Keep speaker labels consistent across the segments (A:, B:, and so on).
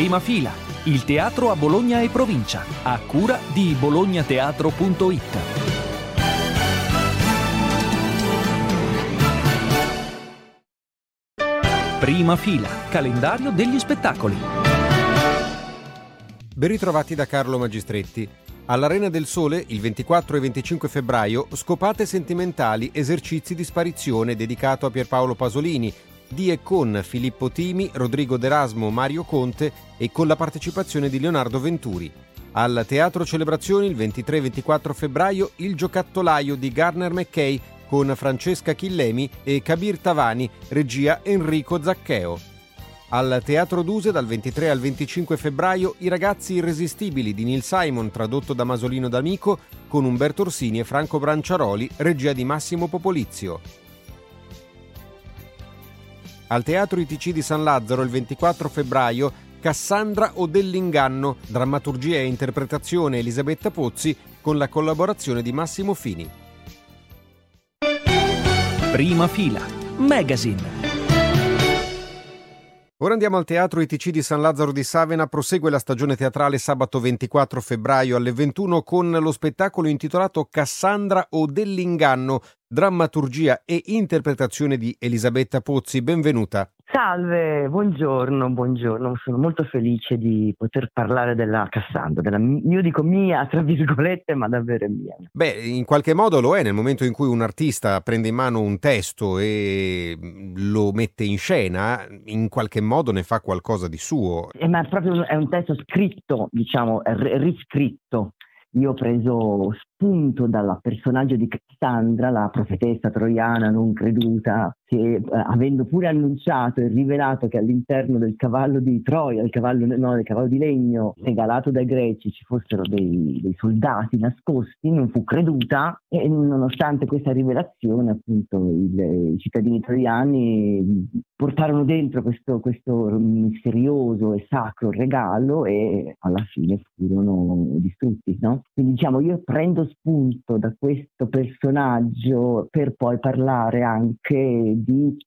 A: Prima fila, il teatro a Bologna e provincia, a cura di bolognateatro.it. Prima fila, calendario degli spettacoli.
B: Ben ritrovati da Carlo Magistretti. All'Arena del Sole, il 24 e 25 febbraio, Scopate Sentimentali, esercizi di sparizione dedicato a Pierpaolo Pasolini, di e con Filippo Timi, Rodrigo D'Erasmo, Mario Conte e con la partecipazione di Leonardo Venturi. Al Teatro Celebrazioni, il 23 e 24 febbraio, Il giocattolaio di Garner McKay con Francesca Chillemi e Kabir Tavani, regia Enrico Zaccheo. Al Teatro Duse dal 23 al 25 febbraio I ragazzi irresistibili di Neil Simon, tradotto da Masolino D'Amico, con Umberto Orsini e Franco Branciaroli, regia di Massimo Popolizio. Al Teatro ITC di San Lazzaro il 24 febbraio Cassandra o dell'inganno, drammaturgia e interpretazione Elisabetta Pozzi, con la collaborazione di Massimo Fini.
A: Prima fila, Magazine.
B: Ora andiamo al Teatro ITC di San Lazzaro di Savena. Prosegue la stagione teatrale sabato 24 febbraio alle 21 con lo spettacolo intitolato Cassandra o dell'inganno, drammaturgia e interpretazione di Elisabetta Pozzi. Benvenuta.
C: Salve, buongiorno. Sono molto felice di poter parlare della Cassandra, io dico mia, tra virgolette, ma davvero mia.
B: Beh, in qualche modo lo è nel momento in cui un artista prende in mano un testo e lo mette in scena, in qualche modo ne fa qualcosa di suo.
C: Ma proprio è un testo scritto, diciamo, riscritto. Io ho preso spunto dal personaggio di Cassandra, la profetessa troiana non creduta, che avendo pure annunciato e rivelato che all'interno del cavallo di Troia, del cavallo di legno regalato dai greci, ci fossero dei soldati nascosti, non fu creduta, e nonostante questa rivelazione, appunto, i cittadini troiani portarono dentro questo misterioso e sacro regalo e alla fine furono distrutti, no? Quindi diciamo io prendo spunto da questo personaggio per poi parlare anche di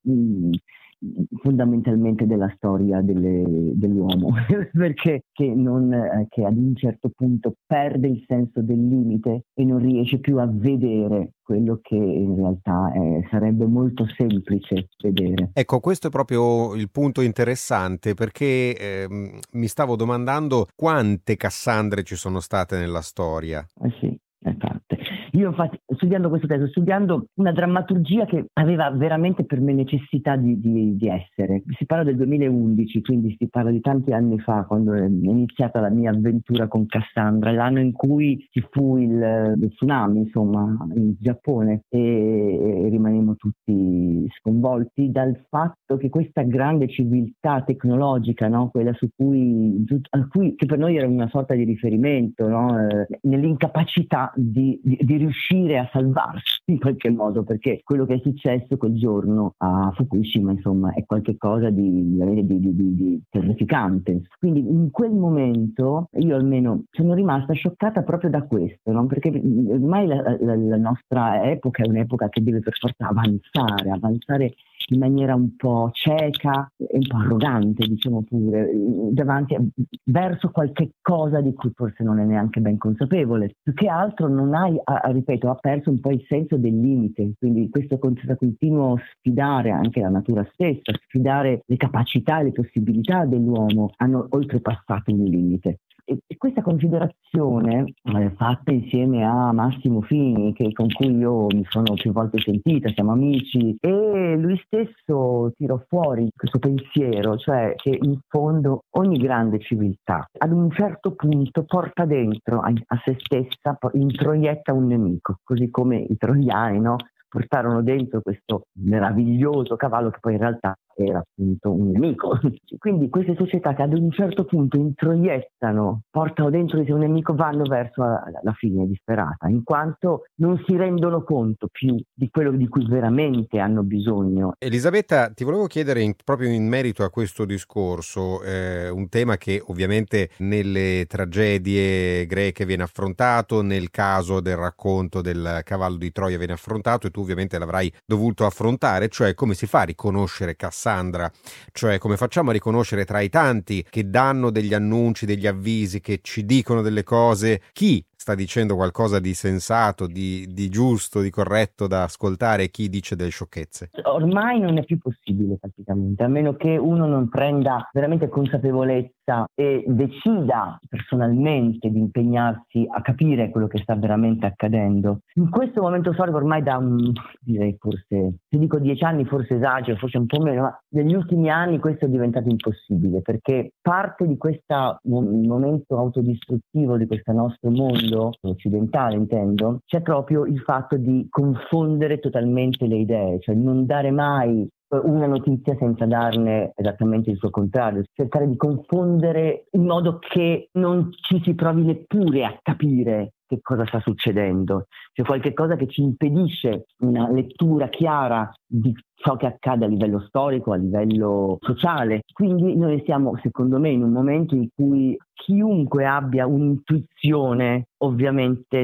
C: fondamentalmente della storia dell'uomo perché che ad un certo punto perde il senso del limite e non riesce più a vedere quello che in realtà sarebbe molto semplice vedere.
B: Ecco, questo è proprio il punto interessante, perché mi stavo domandando quante Cassandre ci sono state nella storia.
C: Sì, infatti. Io infatti studiando questo testo, studiando una drammaturgia che aveva veramente per me necessità di essere. Si parla del 2011, quindi si parla di tanti anni fa, quando è iniziata la mia avventura con Cassandra, l'anno in cui ci fu il tsunami, insomma, in Giappone, e rimanemmo tutti sconvolti dal fatto che questa grande civiltà tecnologica, no? Quella che per noi era una sorta di riferimento, no? Nell'incapacità di riuscire a salvarsi in qualche modo, perché quello che è successo quel giorno a Fukushima, insomma, è qualcosa di terrificante. Quindi in quel momento io almeno sono rimasta scioccata proprio da questo, no? Perché ormai la nostra epoca è un'epoca che deve per forza avanzare in maniera un po' cieca e un po' arrogante, diciamo pure, verso qualche cosa di cui forse non è neanche ben consapevole. Più che altro non ha perso un po' il senso del limite, quindi questo continuo sfidare anche la natura stessa, sfidare le capacità e le possibilità dell'uomo, hanno oltrepassato un limite. E questa considerazione fatta insieme a Massimo Fini, con cui io mi sono più volte sentita, siamo amici, e lui stesso tirò fuori questo pensiero, cioè che in fondo ogni grande civiltà ad un certo punto porta dentro a se stessa, introietta un nemico, così come i troiani, no? Portarono dentro questo meraviglioso cavallo che poi in realtà era appunto un nemico. Quindi queste società che ad un certo punto introiettano, portano dentro di sé un nemico, vanno verso la fine disperata, in quanto non si rendono conto più di quello di cui veramente hanno bisogno.
B: Elisabetta, ti volevo chiedere proprio in merito a questo discorso, un tema che ovviamente nelle tragedie greche viene affrontato, nel caso del racconto del cavallo di Troia viene affrontato, e tu ovviamente l'avrai dovuto affrontare, cioè come si fa a riconoscere Cassandra Cassandra, cioè come facciamo a riconoscere tra i tanti che danno degli annunci, degli avvisi, che ci dicono delle cose, chi sta dicendo qualcosa di sensato, di giusto, di corretto da ascoltare e chi dice delle sciocchezze?
C: Ormai non è più possibile praticamente, a meno che uno non prenda veramente consapevolezza e decida personalmente di impegnarsi a capire quello che sta veramente accadendo. In questo momento storico ormai direi forse, se dico 10 anni forse esagero, forse un po' meno, ma negli ultimi anni questo è diventato impossibile, perché parte di questo momento autodistruttivo di questo nostro mondo occidentale, intendo, c'è proprio il fatto di confondere totalmente le idee, cioè non dare mai una notizia senza darne esattamente il suo contrario, cercare di confondere in modo che non ci si provi neppure a capire che cosa sta succedendo, c'è qualche cosa che ci impedisce una lettura chiara di ciò che accade a livello storico, a livello sociale. Quindi noi siamo, secondo me, in un momento in cui chiunque abbia un'intuizione ovviamente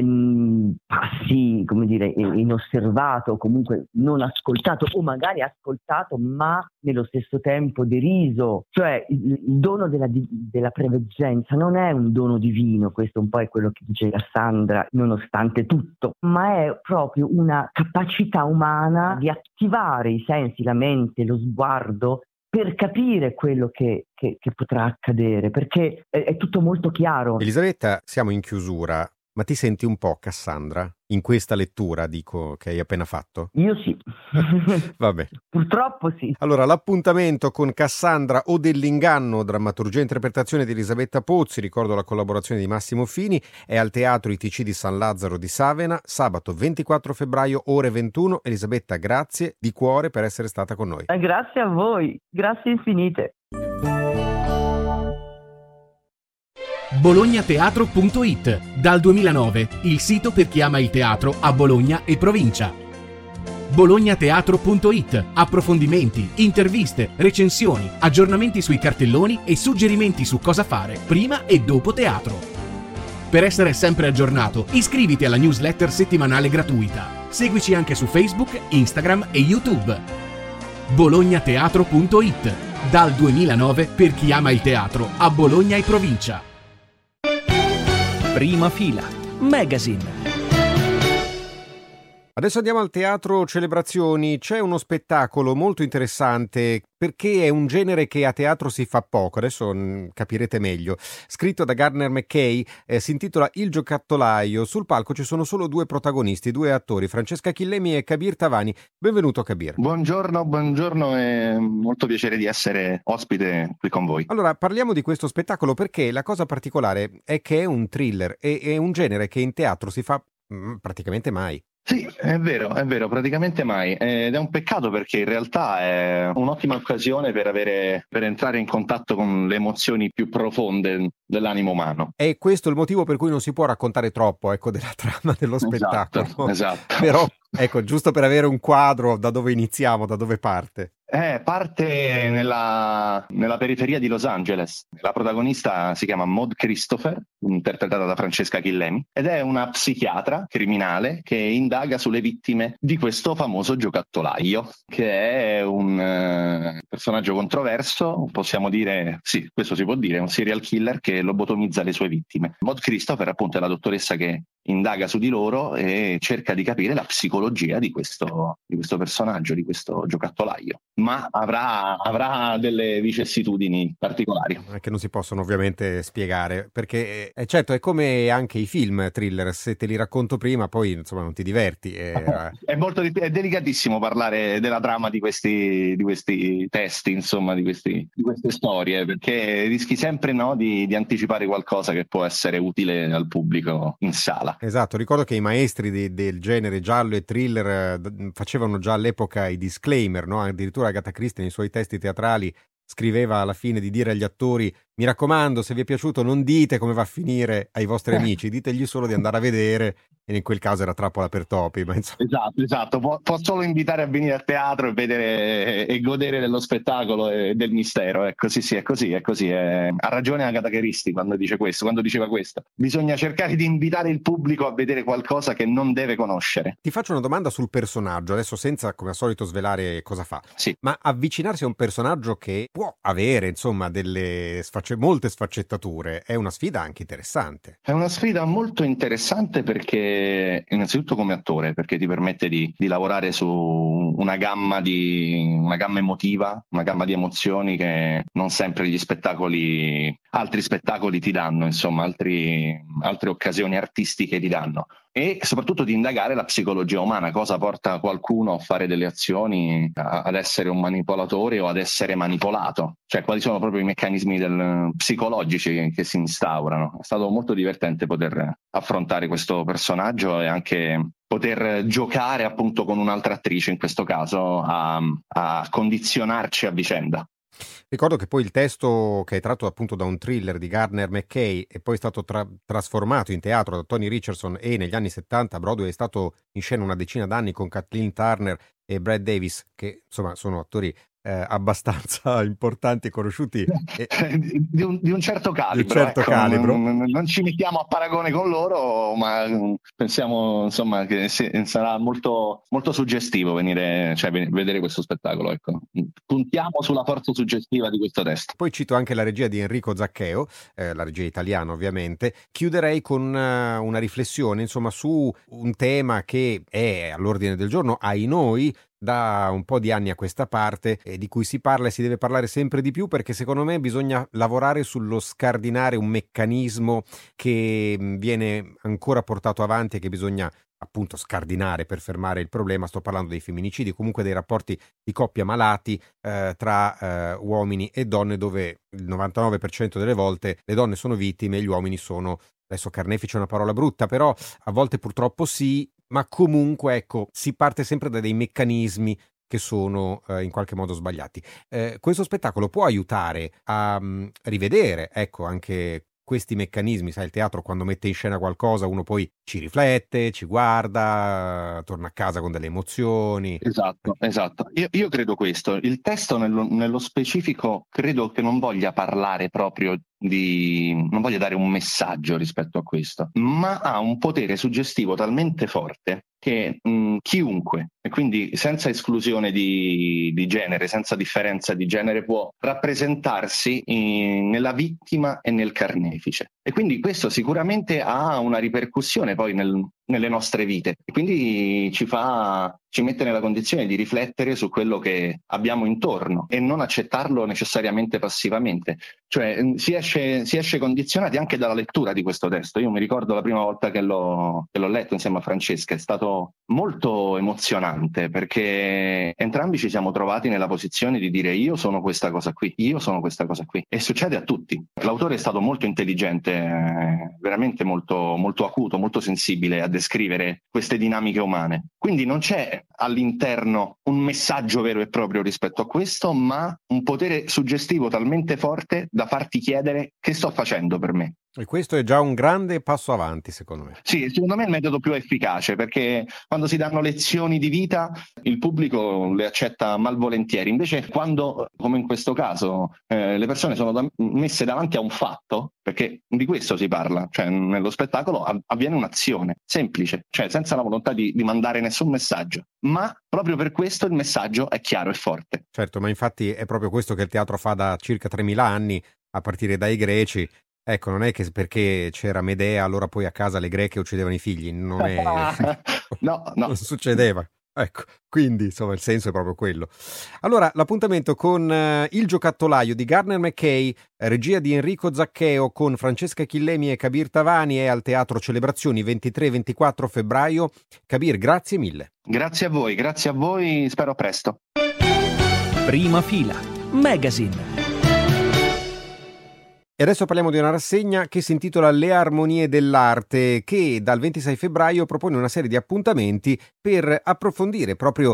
C: passi, come dire, inosservato, comunque non ascoltato, o magari ascoltato ma nello stesso tempo deriso. Cioè il dono della preveggenza non è un dono divino, questo un po' è quello che dice Cassandra, nonostante tutto, ma è proprio una capacità umana di attivare i sensi, la mente, lo sguardo, per capire quello che potrà accadere, perché è tutto molto chiaro.
B: Elisabetta, siamo in chiusura, ma ti senti un po' Cassandra in questa lettura, dico, che hai appena fatto?
C: Io sì.
B: Vabbè.
C: Purtroppo sì.
B: Allora, l'appuntamento con Cassandra o dell'inganno, drammaturgia e interpretazione di Elisabetta Pozzi, ricordo la collaborazione di Massimo Fini, è al Teatro ITC di San Lazzaro di Savena, sabato 24 febbraio, ore 21. Elisabetta, grazie di cuore per essere stata con noi.
C: Grazie a voi, grazie infinite.
D: bolognateatro.it, dal 2009 il sito per chi ama il teatro a Bologna e provincia. bolognateatro.it, approfondimenti, interviste, recensioni, aggiornamenti sui cartelloni e suggerimenti su cosa fare prima e dopo teatro. Per essere sempre aggiornato, iscriviti alla newsletter settimanale gratuita. Seguici anche su Facebook, Instagram e YouTube. bolognateatro.it, dal 2009 per chi ama il teatro a Bologna e provincia.
A: Prima fila, Magazine.
B: Adesso andiamo al Teatro Celebrazioni. C'è uno spettacolo molto interessante perché è un genere che a teatro si fa poco, adesso capirete meglio. Scritto da Gardner McKay, si intitola Il giocattolaio. Sul palco ci sono solo 2 protagonisti, 2 attori, Francesca Chillemi e Kabir Tavani. Benvenuto Kabir.
E: Buongiorno, è molto piacere di essere ospite qui con voi.
B: Allora, parliamo di questo spettacolo perché la cosa particolare è che è un thriller e è un genere che in teatro si fa praticamente mai.
E: Sì, è vero, praticamente mai. Ed è un peccato perché in realtà è un'ottima occasione per entrare in contatto con le emozioni più profonde dell'animo umano.
B: È questo il motivo per cui non si può raccontare troppo, della trama dello spettacolo.
E: Esatto.
B: Però, giusto per avere un quadro da dove iniziamo, da dove parte.
E: Parte nella periferia di Los Angeles. La protagonista si chiama Maud Christopher, interpretata da Francesca Chillemi, ed è una psichiatra criminale che indaga sulle vittime di questo famoso giocattolaio, che è un personaggio controverso, possiamo dire, sì, questo si può dire, un serial killer che lobotomizza le sue vittime. Maud Christopher, appunto, è la dottoressa che indaga su di loro e cerca di capire la psicologia di questo personaggio, di questo giocattolaio. Ma avrà delle vicissitudini particolari
B: che non si possono ovviamente spiegare, perché certo è come anche i film thriller, se te li racconto prima poi insomma non ti diverti.
E: È delicatissimo parlare della trama di questi testi, insomma, di queste storie, perché rischi sempre di anticipare qualcosa che può essere utile al pubblico in sala.
B: Esatto, ricordo che i maestri del genere giallo e thriller facevano già all'epoca i disclaimer, no? Addirittura Agatha Christie nei suoi testi teatrali scriveva alla fine di dire agli attori mi raccomando, se vi è piaciuto non dite come va a finire ai vostri amici, ditegli solo di andare a vedere, e in quel caso era Trappola per topi, ma insomma.
E: Esatto, può solo invitare a venire a teatro e vedere e godere dello spettacolo e del mistero, ecco, sì, è così. Ha ragione Agatha Christie quando diceva questo. Bisogna cercare di invitare il pubblico a vedere qualcosa che non deve conoscere.
B: Ti faccio una domanda sul personaggio, adesso senza come al solito svelare cosa fa.
E: Sì.
B: Ma avvicinarsi a un personaggio che può avere, insomma, molte sfaccettature, è una sfida anche interessante.
E: È una sfida molto interessante perché, innanzitutto come attore, perché ti permette di lavorare su una gamma emotiva, una gamma di emozioni che non sempre altri spettacoli ti danno, insomma, altre occasioni artistiche ti danno. E soprattutto di indagare la psicologia umana, cosa porta qualcuno a fare delle azioni, ad essere un manipolatore o ad essere manipolato, cioè quali sono proprio i meccanismi psicologici che si instaurano. È stato molto divertente poter affrontare questo personaggio e anche poter giocare appunto con un'altra attrice, in questo caso, a condizionarci a vicenda.
B: Ricordo che poi il testo, che è tratto appunto da un thriller di Gardner McKay, è poi stato trasformato in teatro da Tony Richardson, e negli anni 70 Broadway è stato in scena una decina d'anni con Kathleen Turner e Brad Davis, che insomma sono attori abbastanza importanti e conosciuti
E: di un certo calibro, non ci mettiamo a paragone con loro, ma pensiamo insomma che sarà molto, molto suggestivo vedere questo spettacolo, ecco. Puntiamo sulla forza suggestiva di questo testo.
B: Poi cito anche la regia di Enrico Zaccheo, la regia italiana ovviamente. Chiuderei con una riflessione insomma su un tema che è all'ordine del giorno, ai noi, da un po' di anni a questa parte, e di cui si parla e si deve parlare sempre di più, perché secondo me bisogna lavorare sullo scardinare un meccanismo che viene ancora portato avanti e che bisogna appunto scardinare per fermare il problema. Sto parlando dei femminicidi, comunque dei rapporti di coppia malati tra uomini e donne, dove il 99% delle volte le donne sono vittime e gli uomini sono, adesso carnefice è una parola brutta, però a volte purtroppo sì, ma comunque ecco, si parte sempre da dei meccanismi che sono in qualche modo sbagliati. Questo spettacolo può aiutare a rivedere, ecco, anche questi meccanismi. Sai, il teatro quando mette in scena qualcosa uno poi ci riflette, ci guarda, torna a casa con delle emozioni.
E: Esatto. Io credo questo. Il testo nello specifico credo che non voglia parlare proprio non voglia dare un messaggio rispetto a questo, ma ha un potere suggestivo talmente forte che chiunque, e quindi senza esclusione di genere, senza differenza di genere, può rappresentarsi nella vittima e nel carnefice. E quindi questo sicuramente ha una ripercussione poi nelle nostre vite, e quindi ci mette nella condizione di riflettere su quello che abbiamo intorno e non accettarlo necessariamente passivamente. Cioè si esce condizionati anche dalla lettura di questo testo. Io mi ricordo la prima volta che l'ho letto insieme a Francesca, è stato molto emozionante, perché entrambi ci siamo trovati nella posizione di dire io sono questa cosa qui, e succede a tutti. L'autore è stato molto intelligente, veramente molto, molto acuto, molto sensibile a descrivere queste dinamiche umane. Quindi non c'è all'interno un messaggio vero e proprio rispetto a questo, ma un potere suggestivo talmente forte da farti chiedere che sto facendo per me.
B: E questo è già un grande passo avanti, secondo me.
E: Sì, secondo me è il metodo più efficace, perché quando si danno lezioni di vita il pubblico le accetta malvolentieri. Invece quando, come in questo caso, le persone sono messe davanti a un fatto, perché di questo si parla, cioè nello spettacolo avviene un'azione semplice, cioè senza la volontà di mandare nessun messaggio, ma proprio per questo il messaggio è chiaro e forte.
B: Certo, ma infatti è proprio questo che il teatro fa da circa 3000 anni, a partire dai greci. Ecco, non è che perché c'era Medea allora poi a casa le greche uccidevano i figli, non è...
E: No.
B: Non succedeva. Ecco, quindi insomma il senso è proprio quello. Allora, l'appuntamento con Il giocattolaio di Gardner McKay, regia di Enrico Zaccheo, con Francesca Chillemi e Kabir Tavani, è al Teatro Celebrazioni 23-24 febbraio. Kabir, grazie mille.
E: Grazie a voi, spero presto.
A: Prima fila, Magazine.
B: E adesso parliamo di una rassegna che si intitola Le Armonie dell'Arte, che dal 26 febbraio propone una serie di appuntamenti per approfondire proprio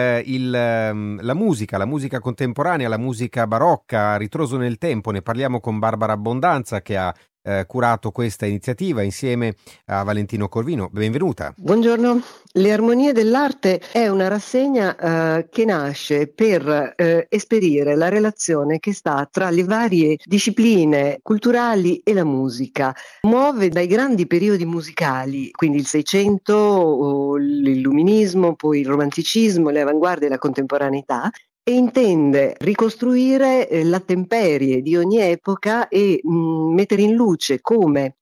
B: la musica contemporanea, la musica barocca, a ritroso nel tempo. Ne parliamo con Barbara Abbondanza, che ha curato questa iniziativa insieme a Valentino Corvino. Benvenuta.
F: Buongiorno. Le Armonie dell'Arte è una rassegna che nasce per esperire la relazione che sta tra le varie discipline culturali e la musica. Muove dai grandi periodi musicali, quindi il Seicento, l'Illuminismo, poi il Romanticismo, le avanguardie e la contemporaneità, e intende ricostruire la temperie di ogni epoca e mettere in luce come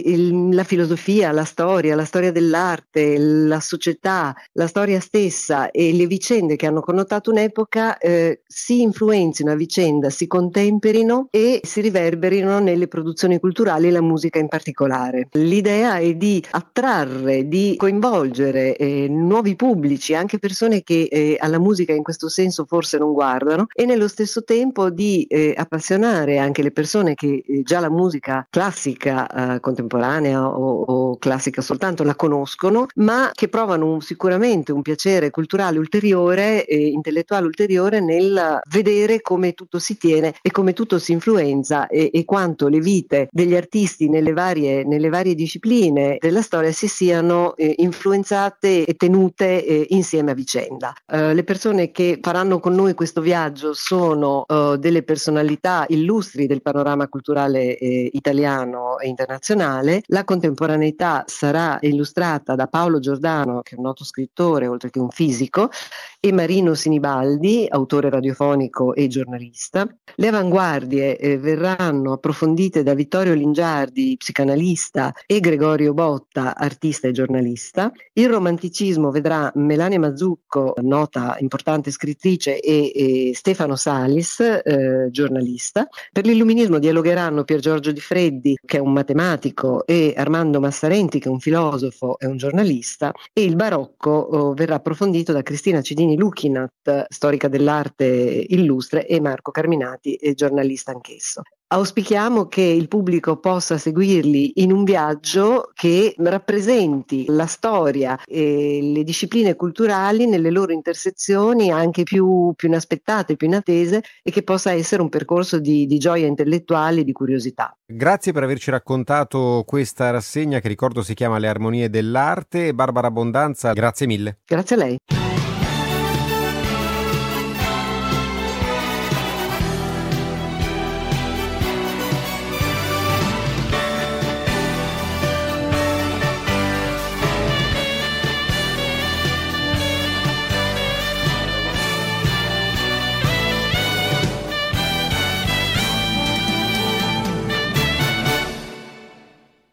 F: la filosofia, la storia dell'arte, la società, la storia stessa e le vicende che hanno connotato un'epoca si influenzino a vicenda, si contemperino e si riverberino nelle produzioni culturali e la musica in particolare. L'idea è di attrarre, di coinvolgere nuovi pubblici, anche persone che alla musica in questo senso forse non guardano, e nello stesso tempo di appassionare anche le persone che già la musica classica contemporanea o classica soltanto la conoscono, ma che provano sicuramente un piacere culturale ulteriore e intellettuale ulteriore nel vedere come tutto si tiene e come tutto si influenza e quanto le vite degli artisti nelle varie discipline della storia si siano influenzate e tenute insieme a vicenda. Le persone che faranno con noi questo viaggio sono delle personalità illustri del panorama culturale italiano e internazionale. La contemporaneità sarà illustrata da Paolo Giordano, che è un noto scrittore oltre che un fisico, e Marino Sinibaldi, autore radiofonico e giornalista. Le avanguardie verranno approfondite da Vittorio Lingiardi, psicanalista, e Gregorio Botta, artista e giornalista. Il romanticismo vedrà Melania Mazzucco, nota importante scrittrice, e Stefano Salis, giornalista. Per l'illuminismo dialogheranno Pier Giorgio Di Freddi, che è un matematico, e Armando Massarenti, che è un filosofo e un giornalista. E il barocco verrà approfondito da Cristina Cidini Luchinat, storica dell'arte illustre, e Marco Carminati, giornalista anch'esso. Auspichiamo che il pubblico possa seguirli in un viaggio che rappresenti la storia e le discipline culturali nelle loro intersezioni anche più inaspettate, più inattese, e che possa essere un percorso di gioia intellettuale e di curiosità.
B: Grazie per averci raccontato questa rassegna che, ricordo, si chiama Le Armonie dell'Arte. Barbara Abbondanza, grazie mille.
F: Grazie a lei.